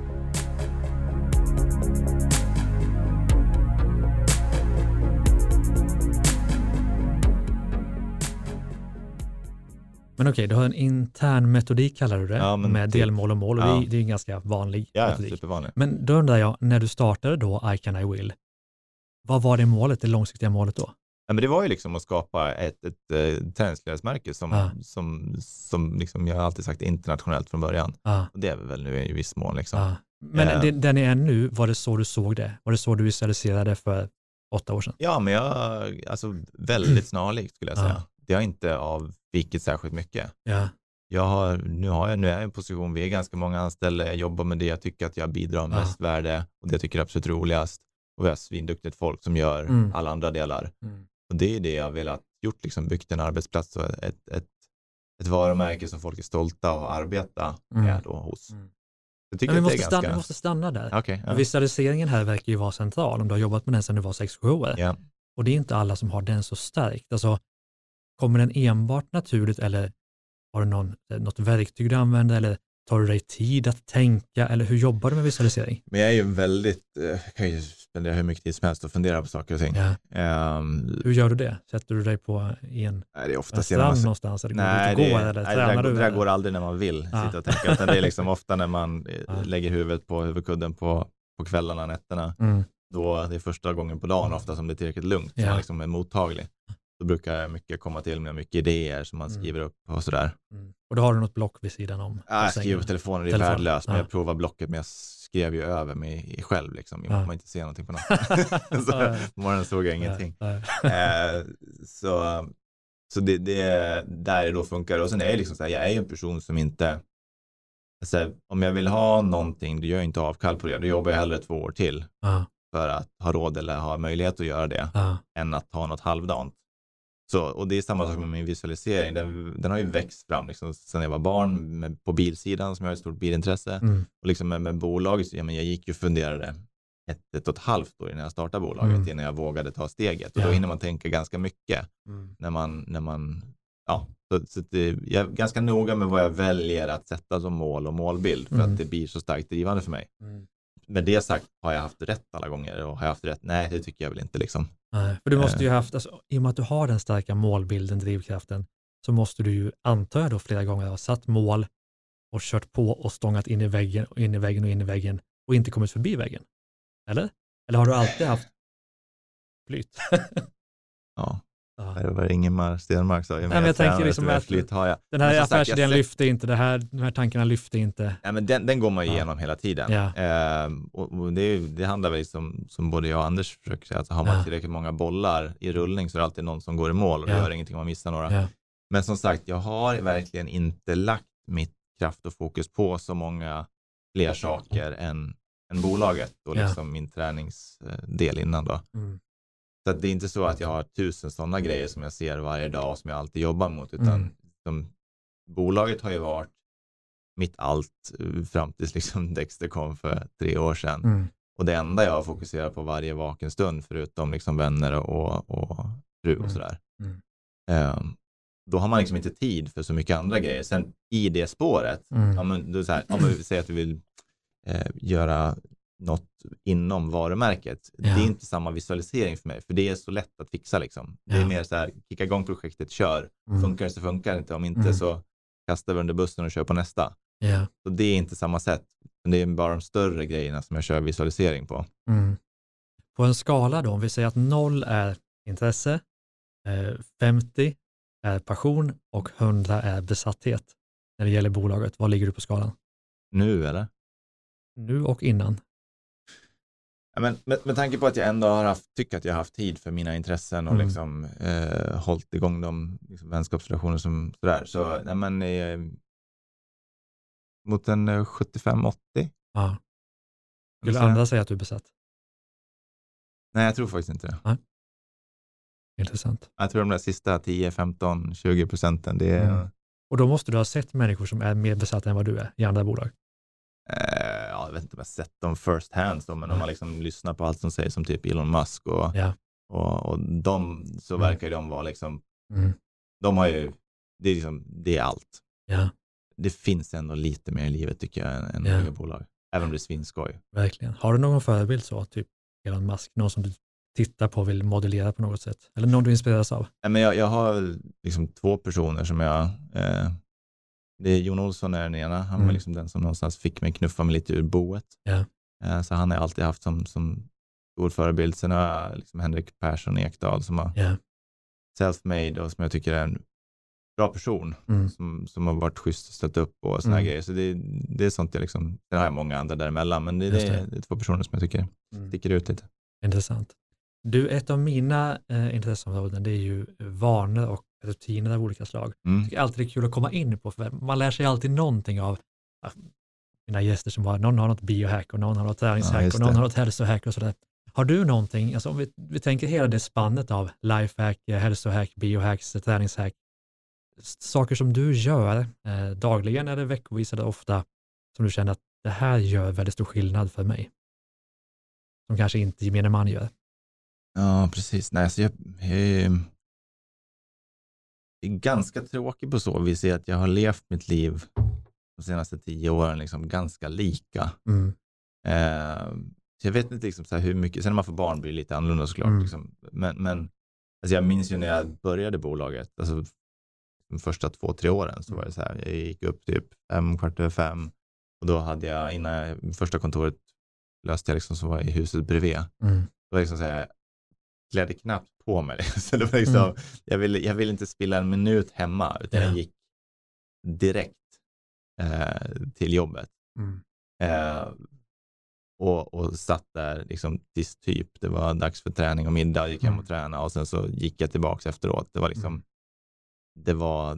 A: Men okej, du har en intern metodik kallar du det, med delmål och mål, och det är en ganska vanlig metodik.
B: Supervanlig.
A: Men då undrar jag, när du startade då I Can I Will, vad var det målet, det långsiktiga målet då?
B: Ja, men det var ju liksom att skapa ett träningsklädesmärke som liksom, jag har alltid sagt, internationellt från början. Och det är väl nu i viss mån liksom.
A: Men den är nu, var det så du såg det? Var det så du visualiserade för 8 år sedan?
B: Ja, men alltså väldigt snarlikt skulle jag säga. Det har inte avvikit särskilt mycket. Nu är jag i en position, vi är ganska många anställda, jag jobbar med det jag tycker att jag bidrar mest värde, och det jag tycker är absolut roligast. Och vi har svinduktigt folk som gör alla andra delar. Och det är det jag vill ha gjort, liksom byggt en arbetsplats och ett varumärke som folk är stolta av att arbeta med då hos. Jag tycker
A: men
B: att
A: vi måste stanna där.
B: Okay,
A: visualiseringen här verkar ju vara central, om du har jobbat med den sedan du var 6-7 år. Och det är inte alla som har den så starkt. Alltså, kommer den enbart naturligt, eller har du något verktyg du använder, eller tar du dig tid att tänka, eller hur jobbar du med visualisering?
B: Men jag är ju väldigt, kan ju spendera hur mycket tid som helst och fundera på saker och ting.
A: Hur gör du det? Sätter du dig på en strand någonstans? Eller
B: det går aldrig när man vill sitta och tänka, utan det är liksom ofta när man lägger huvudet på huvudkudden på kvällarna, nätterna. då det är första gången på dagen ofta som det är tillräckligt lugnt. Så man liksom är mottaglig. Då brukar jag mycket komma till med mycket idéer som man skriver upp och sådär.
A: Och då har du något block vid sidan om?
B: Jag skriver på telefonen, det är värdelöst. Men jag provar blocket, men jag skrev ju över mig själv. Liksom. Jag man inte se någonting på natten. Så morgonen såg jag ingenting. Så det där då funkar. Och sen är det liksom så här, jag är ju en person som inte... Alltså, om jag vill ha någonting, då gör jag inte avkall på det. Då jobbar jag hellre 2 år till för att ha råd eller ha möjlighet att göra det än att ha något halvdant. Så, och det är samma sak med min visualisering. Den har ju växt fram liksom, sen jag var barn på bilsidan som jag har ett stort bilintresse. Och liksom med bolaget, så, jag gick ju och funderade 1,5 år innan jag startade bolaget innan jag vågade ta steget. Och då hinner man tänka ganska mycket när man så jag är ganska noga med vad jag väljer att sätta som mål och målbild för att det blir så starkt drivande för mig. Med det sagt, har jag haft rätt alla gånger och har jag haft rätt? Nej, det tycker jag väl inte liksom.
A: Nej, för du måste ju haft, alltså, i och med att du har den starka målbilden, drivkraften, så måste du ju, antar jag då, flera gånger ha satt mål och kört på och stångat in i väggen och in i väggen och in i väggen och inte kommit förbi väggen. Eller? Eller har du alltid haft flyt?
B: Ja. Det var Ingemar Stenmark sa.
A: Jag tänker liksom att
B: flyt har jag.
A: Den här affärsidén lyfte inte, de här tankarna lyfte inte.
B: Nej, men den går man igenom hela tiden. Och det handlar väl som både jag och Anders försöker säga, att har man tillräckligt många bollar i rullning så är det alltid någon som går i mål och det gör ingenting om man missar några. Men som sagt, jag har verkligen inte lagt mitt kraft och fokus på så många fler saker än bolaget och liksom min träningsdel innan då. Så att det är inte så att jag har 1000 sådana grejer som jag ser varje dag och som jag alltid jobbar mot, utan bolaget har ju varit mitt allt fram tills liksom Dexter kom för 3 år sedan. Och det enda jag har fokuserat på varje vaken stund, förutom liksom vänner och fru och sådär. Då har man liksom inte tid för så mycket andra grejer. Sen i det spåret, om vi säger att vi vill göra något inom varumärket. Det är inte samma visualisering för mig, för det är så lätt att fixa liksom. Det är mer så här, kicka igång projektet, kör. Funkar det så funkar det inte. Om inte så kastar vi under bussen och kör på nästa. Så det är inte samma sätt. Men det är bara de större grejerna som jag kör visualisering på.
A: På en skala då, om vi säger att 0 är intresse, 50 är passion och 100 är besatthet när det gäller bolaget. Vad ligger du på skalan?
B: Nu eller?
A: Nu och innan.
B: Ja, men med tanke på att jag ändå har tyckt att jag har haft tid för mina intressen och liksom hållit igång de liksom, vänskapsrelationer som sådär. Så nej, men mot en 75-80.
A: Ja. Skulle andra säga att du är besatt?
B: Nej, jag tror faktiskt inte det.
A: Nej. Intressant.
B: Jag tror de där sista 10, 15, 20% det är...
A: Och då måste du ha sett människor som är mer besatta än vad du är i andra bolag?
B: Jag vet inte om jag sett dem first hand, men om man liksom lyssnar på allt som sägs som typ Elon Musk och de, så verkar de vara liksom de har ju, det är liksom, det är allt. Det finns ändå lite mer i livet tycker jag än olika bolag, även om det är svinskoj.
A: Verkligen. Har du någon förebild så, typ Elon Musk, någon som du tittar på och vill modellera på något sätt? Eller någon du inspireras av?
B: Men jag har liksom 2 personer som jag det är Jon Olsson är den ena. Han var liksom den som någonstans fick mig knuffa mig lite ur boet. Så han har jag alltid haft som stor förebild. Sen har jag liksom Henrik Persson Ekdahl som har self-made och som jag tycker är en bra person som har varit schysst och ställt upp och såna här grejer. Så det är sånt jag liksom, sen har jag många andra däremellan, men det är 2 personer som jag tycker sticker ut lite.
A: Intressant. Du, ett av mina intresseområden, det är ju vanor och rutiner av olika slag. Jag tycker alltid det är kul att komma in på, för man lär sig alltid någonting av mina gäster som någon har något biohack och någon har något träningshack och någon har något hälsohack och sådär. Har du någonting, alltså om vi tänker hela det spannet av lifehack, hälsohack, biohacks, träningshack, saker som du gör dagligen eller veckovis eller ofta som du känner att det här gör väldigt stor skillnad för mig, som kanske inte gemene man gör?
B: Ja, precis. Nej, så jag är ganska tråkig på så vis att jag har levt mitt liv de senaste 10 åren liksom ganska lika. Så jag vet inte liksom så här hur mycket, sen när man får barn blir det lite annorlunda såklart. Liksom. Men alltså jag minns ju när jag började bolaget, alltså de första 2-3 åren så var det så här, jag gick upp typ 5:15 och då hade jag första kontoret löste jag liksom som var i huset bredvid. Det var liksom så här, klädde knappt på mig. Så det var liksom, jag ville inte spilla en minut hemma, utan jag gick direkt till jobbet. Och satt där liksom tills typ det var dags för träning och middag, gick hem och träna och sen så gick jag tillbaka efteråt. Det var liksom det var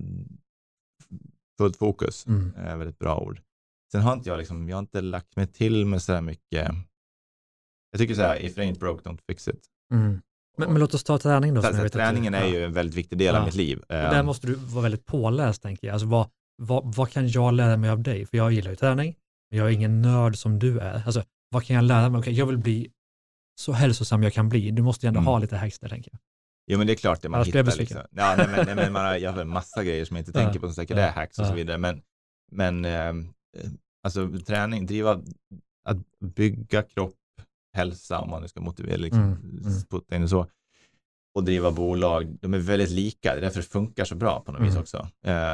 B: fullt fokus. Väldigt bra ord. Sen har inte jag har inte lagt mig till med så här mycket. Jag tycker så här, if it ain't broke, don't fix it.
A: Men låt oss ta träning då.
B: Träningen är ju en väldigt viktig del av mitt liv. Och
A: där måste du vara väldigt påläst, tänker jag. Alltså, vad kan jag lära mig av dig? För jag gillar ju träning, men jag är ingen nörd som du är. Alltså, vad kan jag lära mig? Okay, jag vill bli så hälsosam jag kan bli. Du måste ju ändå ha lite hacks där, tänker jag.
B: Jo, men det är klart det man hittar. Liksom. Ja, men jag har en massa grejer som jag inte tänker på som säkert är hacks och så vidare. Men alltså träning, att bygga kropp, hälsa, om man nu ska motivera putta in och så, och driva bolag, de är väldigt lika. Det är därför det funkar så bra på något vis också.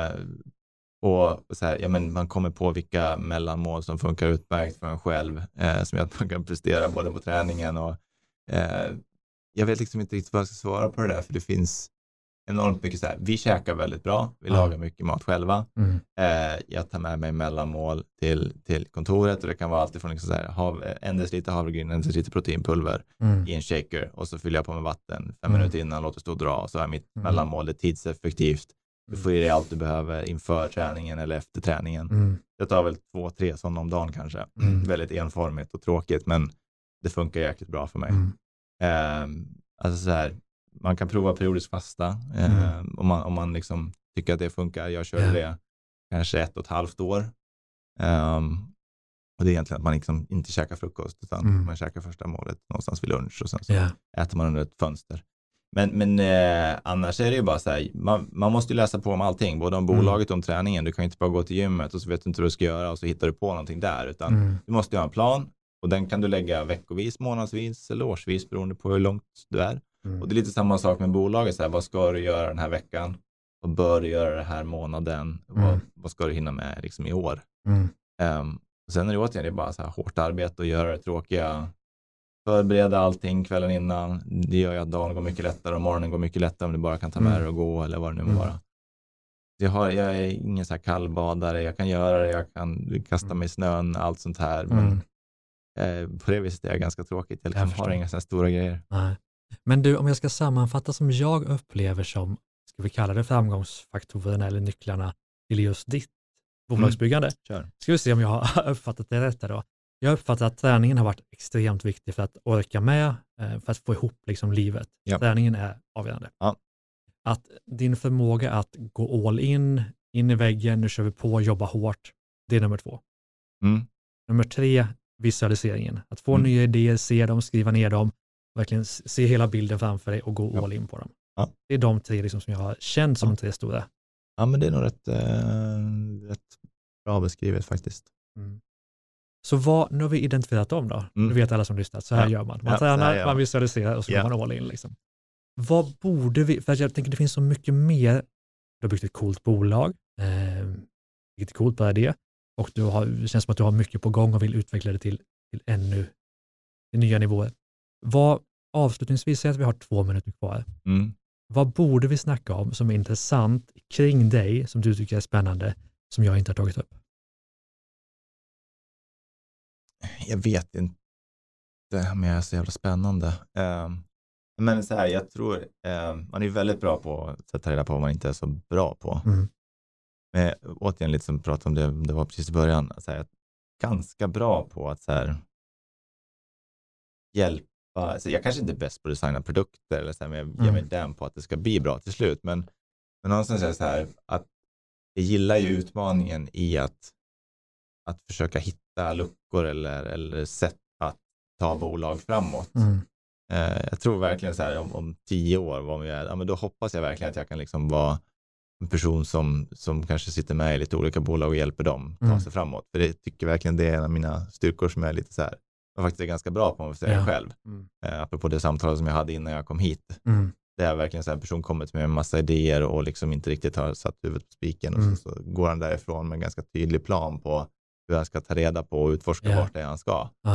B: Och så här, man kommer på vilka mellanmål som funkar utmärkt för en själv, som gör att man kan prestera både på träningen och jag vet liksom inte riktigt vad jag ska svara på det där, för det finns enormt mycket så här. Vi käkar väldigt bra, vi lagar mycket mat själva. Jag tar med mig mellanmål till kontoret, och det kan vara alltid från liksom så här, en deciliter havregryn, en deciliter proteinpulver i en shaker, och så fyller jag på med vatten 5 minuter innan, låter stå och dra, och så är mitt mellanmål, det är tidseffektivt. Du får i dig allt du behöver inför träningen eller efter träningen. Jag tar väl 2-3 sådana om dagen kanske. Väldigt enformigt och tråkigt, men det funkar jäkligt bra för mig. Alltså så här, man kan prova periodisk fasta om man liksom tycker att det funkar. Jag körde det kanske 1,5 år. Och det är egentligen att man liksom inte käkar frukost, utan man käkar första målet någonstans vid lunch, och sen så äter man under ett fönster. Men annars är det ju bara så här, man måste ju läsa på om allting, både om bolaget och om träningen. Du kan ju inte bara gå till gymmet och så vet du inte vad du ska göra och så hittar du på någonting där, utan du måste ju ha en plan, och den kan du lägga veckovis, månadsvis eller årsvis beroende på hur långt du är. Och det är lite samma sak med bolaget, så här, vad ska du göra den här veckan? Vad bör du göra den här månaden? Vad ska du hinna med liksom i år? Och sen är det återigen, det är bara så här hårt arbete och göra det tråkiga. Förbereda allting kvällen innan. Det gör ju att dagen går mycket lättare och morgonen går mycket lättare om du bara kan ta med dig och gå eller vad det nu må vara. Jag är ingen så här kallbadare. Jag kan göra det, jag kan kasta mig i snön, allt sånt här. Men på det viset är det ganska tråkigt. Jag har inga så här stora grejer.
A: Nej. Men du, om jag ska sammanfatta som jag upplever som, ska vi kalla det framgångsfaktorerna eller nycklarna till just ditt bolagsbyggande. Ska vi se om jag har uppfattat det rätt då. Jag uppfattar att träningen har varit extremt viktig för att orka med, för att få ihop liksom livet. Träningen är avgörande. Att din förmåga att gå all in i väggen, nu kör vi på, jobba hårt, det är nummer 2. Nummer 3, visualiseringen. Att få nya idéer, se dem, skriva ner dem, verkligen se hela bilden framför dig och gå all in på dem. Det är de 3 liksom som jag har känt som de 3 stora.
B: Ja, men det är nog rätt bra beskrivet faktiskt.
A: Så nu har vi identifierat dem då. Nu vet alla som lyssnar, så här gör man. Man tränar, man visualiserar och så går man all in liksom. Vad borde vi, för jag tänker det finns så mycket mer. Du har byggt ett coolt bolag, vilket är coolt på det, och det känns som att du har mycket på gång och vill utveckla det till ännu nya nivåer. Avslutningsvis, säger att vi har 2 minuter kvar. Vad borde vi snacka om som är intressant kring dig, som du tycker är spännande, som jag inte har tagit upp?
B: Jag vet inte om jag är så jävla spännande. Men så här, jag tror man är väldigt bra på att ta reda på vad man inte är så bra på. Men återigen lite som pratade om det var precis i början. Så här, ganska bra på att så här, hjälpa. Så jag kanske inte är bäst på att designa produkter, eller så här, men jag ger mig den på att det ska bli bra till slut. Men någonstans är det så här att jag gillar ju utmaningen i att försöka hitta luckor eller sätt att ta bolag framåt. Jag tror verkligen så här om 10 år men då hoppas jag verkligen att jag kan liksom vara en person som kanske sitter med i lite olika bolag och hjälper dem ta sig framåt. För det tycker verkligen det är en av mina styrkor som är lite så här, jag faktiskt är ganska bra på att säga själv. Apropå det samtalet som jag hade innan jag kom hit. Det är verkligen så här, en person kommer med en massa idéer och liksom inte riktigt har satt huvudet på spiken, och så går han därifrån med en ganska tydlig plan på hur han ska ta reda på och utforska vart det är han ska.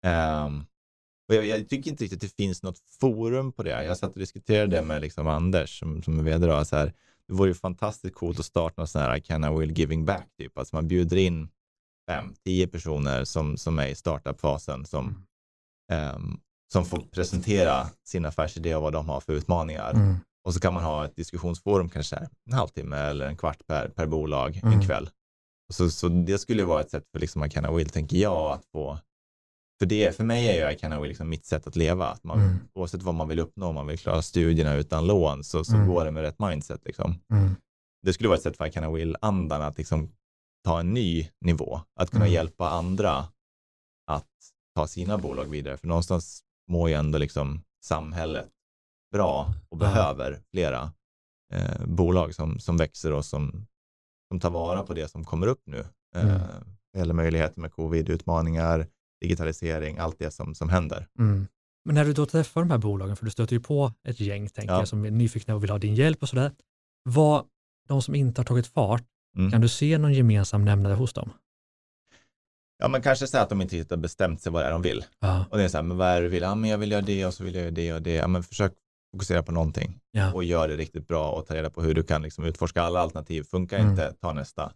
B: Och jag tycker inte riktigt att det finns något forum på det. Jag satt och diskuterade det med liksom Anders som är vd då, så här, det vore ju fantastiskt coolt att starta någon sån här I can, I will giving back typ. Alltså man bjuder in 5-10 personer som är i startup-fasen som får presentera sin affärsidé och vad de har för utmaningar. Och så kan man ha ett diskussionsforum kanske en halvtimme eller en kvart per bolag en kväll. Så det skulle vara ett sätt för liksom I can, I will, tänker jag, att få. För mig är ju I can, I will liksom mitt sätt att leva. Att man, oavsett vad man vill uppnå, om man vill klara studierna utan lån, så går det med rätt mindset. Liksom. Det skulle vara ett sätt för I can, I will andan att liksom ta en ny nivå. Att kunna hjälpa andra att ta sina bolag vidare. För någonstans mår ju ändå liksom samhället bra och behöver flera bolag som växer och som tar vara på det som kommer upp nu. Eller möjligheter med covid, utmaningar, digitalisering, allt det som händer.
A: Men när du då träffar de här bolagen, för du stöter ju på ett gäng, tänker jag, som är nyfikna och vill ha din hjälp och sådär. Vad de som inte har tagit fart, kan du se någon gemensam nämnare hos dem?
B: Ja, men kanske så att de inte har bestämt sig vad det är de vill. Och det är så här, men vad är det du vill? Ja, men jag vill göra det och så vill jag göra det och det. Ja, men försök fokusera på någonting och gör det riktigt bra och ta reda på hur du kan liksom utforska alla alternativ. Funkar inte, ta nästa.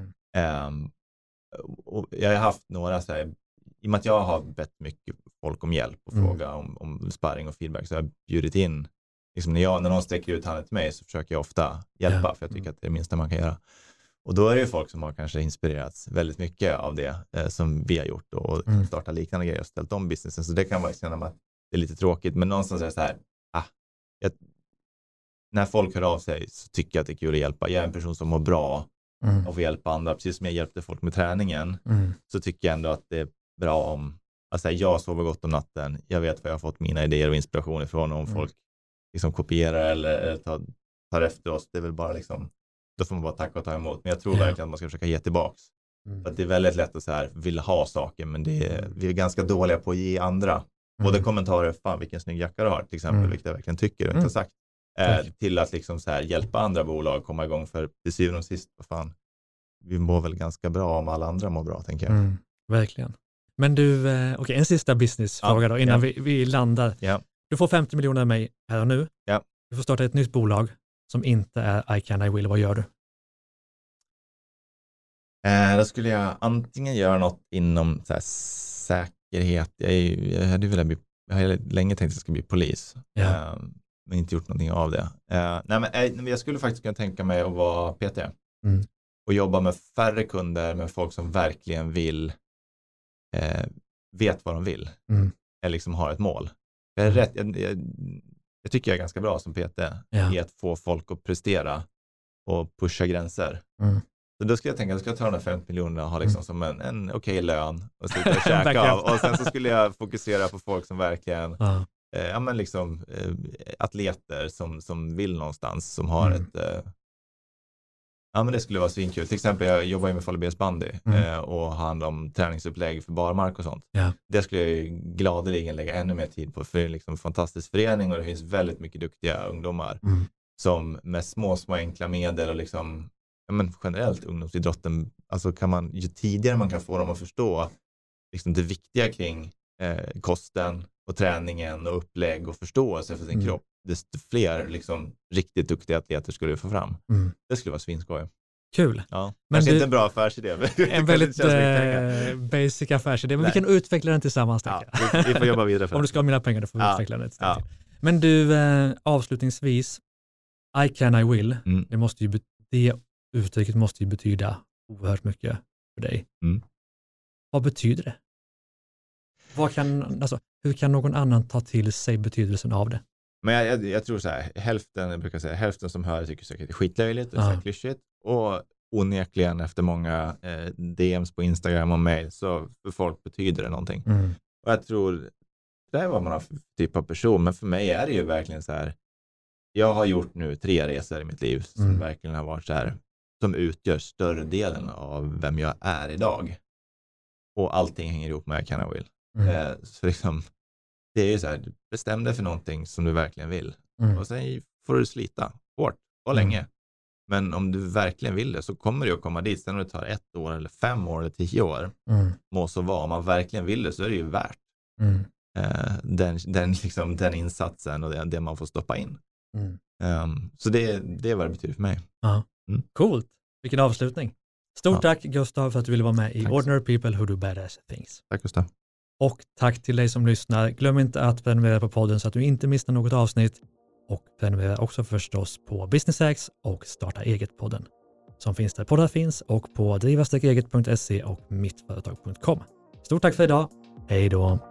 B: Och jag har haft några så här, i och med att jag har bett mycket folk om hjälp och fråga om sparring och feedback, så jag har bjudit in, liksom när någon sträcker ut handen till mig så försöker jag ofta hjälpa, för jag tycker att det är det minsta man kan göra. Och då är det ju folk som har kanske inspirerats väldigt mycket av det som vi har gjort och startat liknande grejer och ställt om businessen. Så det kan vara känna att det är lite tråkigt, men någonstans är det så här, när folk hör av sig så tycker jag att det är kul att hjälpa. Jag är en person som mår bra och får hjälpa andra, precis som jag hjälpte folk med träningen, så tycker jag ändå att det är bra om, alltså jag sover gott om natten, jag vet var jag har fått mina idéer och inspiration ifrån, om folk liksom kopierar eller tar efter oss, det är väl bara liksom, då får man bara tacka och ta emot. Men jag tror verkligen att man ska försöka ge tillbaks. För att det är väldigt lätt att så här, vilja ha saker, men vi är ganska dåliga på att ge andra. Både kommentarer, fan vilken snygg jacka du har till exempel, vilket jag verkligen tycker och inte har sagt. Till att liksom så här, hjälpa andra bolag komma igång, för till syvende och sist, vad fan, vi mår väl ganska bra om alla andra mår bra, tänker jag.
A: Verkligen. Men du, okej, en sista businessfråga då, innan vi landar. Du får 50 miljoner av mig här och nu. Du får starta ett nytt bolag som inte är I can, I will. Vad gör du?
B: Då skulle jag antingen göra något inom så här, säkerhet. Jag har länge tänkt att jag ska bli polis. Men inte gjort någonting av det. Men jag skulle faktiskt kunna tänka mig att vara PT. Och jobba med färre kunder, med folk som verkligen vill, vet vad de vill. Eller liksom har ett mål. Jag tycker jag är ganska bra som PT i att få folk att prestera och pusha gränser. Så då skulle jag tänka att jag ska ta de där 50 miljonerna och ha liksom som en okej lön och sitta och käka av. Och sen så skulle jag fokusera på folk som verkligen atleter som vill någonstans, som har ett men det skulle vara svinkul. Till exempel, jag jobbar ju med Falubes bandy och handlar om träningsupplägg för barmark och sånt. Det skulle jag ju gladeligen lägga ännu mer tid på, för det är liksom en fantastisk förening och det finns väldigt mycket duktiga ungdomar som med små enkla medel och liksom, generellt ungdomsidrotten, alltså ju tidigare man kan få dem att förstå liksom det viktiga kring kosten och träningen och upplägg och förståelse för sin kropp, desto fler liksom riktigt duktiga atleter skulle vi få fram. Det skulle vara svinskoj.
A: Kul.
B: Ja. Men det är inte en bra affärsidé.
A: En väldigt basic affärsidé, men vi kan utveckla den tillsammans.
B: Vi får jobba vidare för
A: om du ska ha mina pengar, då får vi utveckla den. Men du, avslutningsvis, I can, I will, det uttrycket måste ju betyda oerhört mycket för dig. Vad betyder det? Hur kan någon annan ta till sig betydelsen av det?
B: Men jag tror så här, hälften som hör tycker säkert det är skitlöjligt och så här klyschigt, och onekligen efter många DMs på Instagram och mail, så för folk betyder det någonting. Och jag tror det är vad man har för typ av person, men för mig är det ju verkligen så här, jag har gjort nu 3 resor i mitt liv som verkligen har varit så här, som utgör större delen av vem jag är idag. Och allting hänger ihop med I can, I will. Så liksom, det är ju så här, bestäm dig för någonting som du verkligen vill. Och sen får du slita hårt och länge. Men om du verkligen vill det, så kommer du att komma dit. Sen om det tar 1 år eller 5 år eller 10 år, må så vara. Om man verkligen vill det, så är det ju värt Den insatsen och det man får stoppa in. Så det är vad det betyder för mig.
A: Ja. Coolt. Vilken avslutning. Stort tack Gustav för att du ville vara med i Ordinary People Who Do Badass Things.
B: Tack Gustav.
A: Och tack till dig som lyssnar. Glöm inte att prenumerera på podden så att du inte missar något avsnitt. Och prenumerera också förstås på Business Hacks och Starta Eget-podden. Som finns där poddar finns och på driva-eget.se och mittföretag.com. Stort tack för idag. Hej då!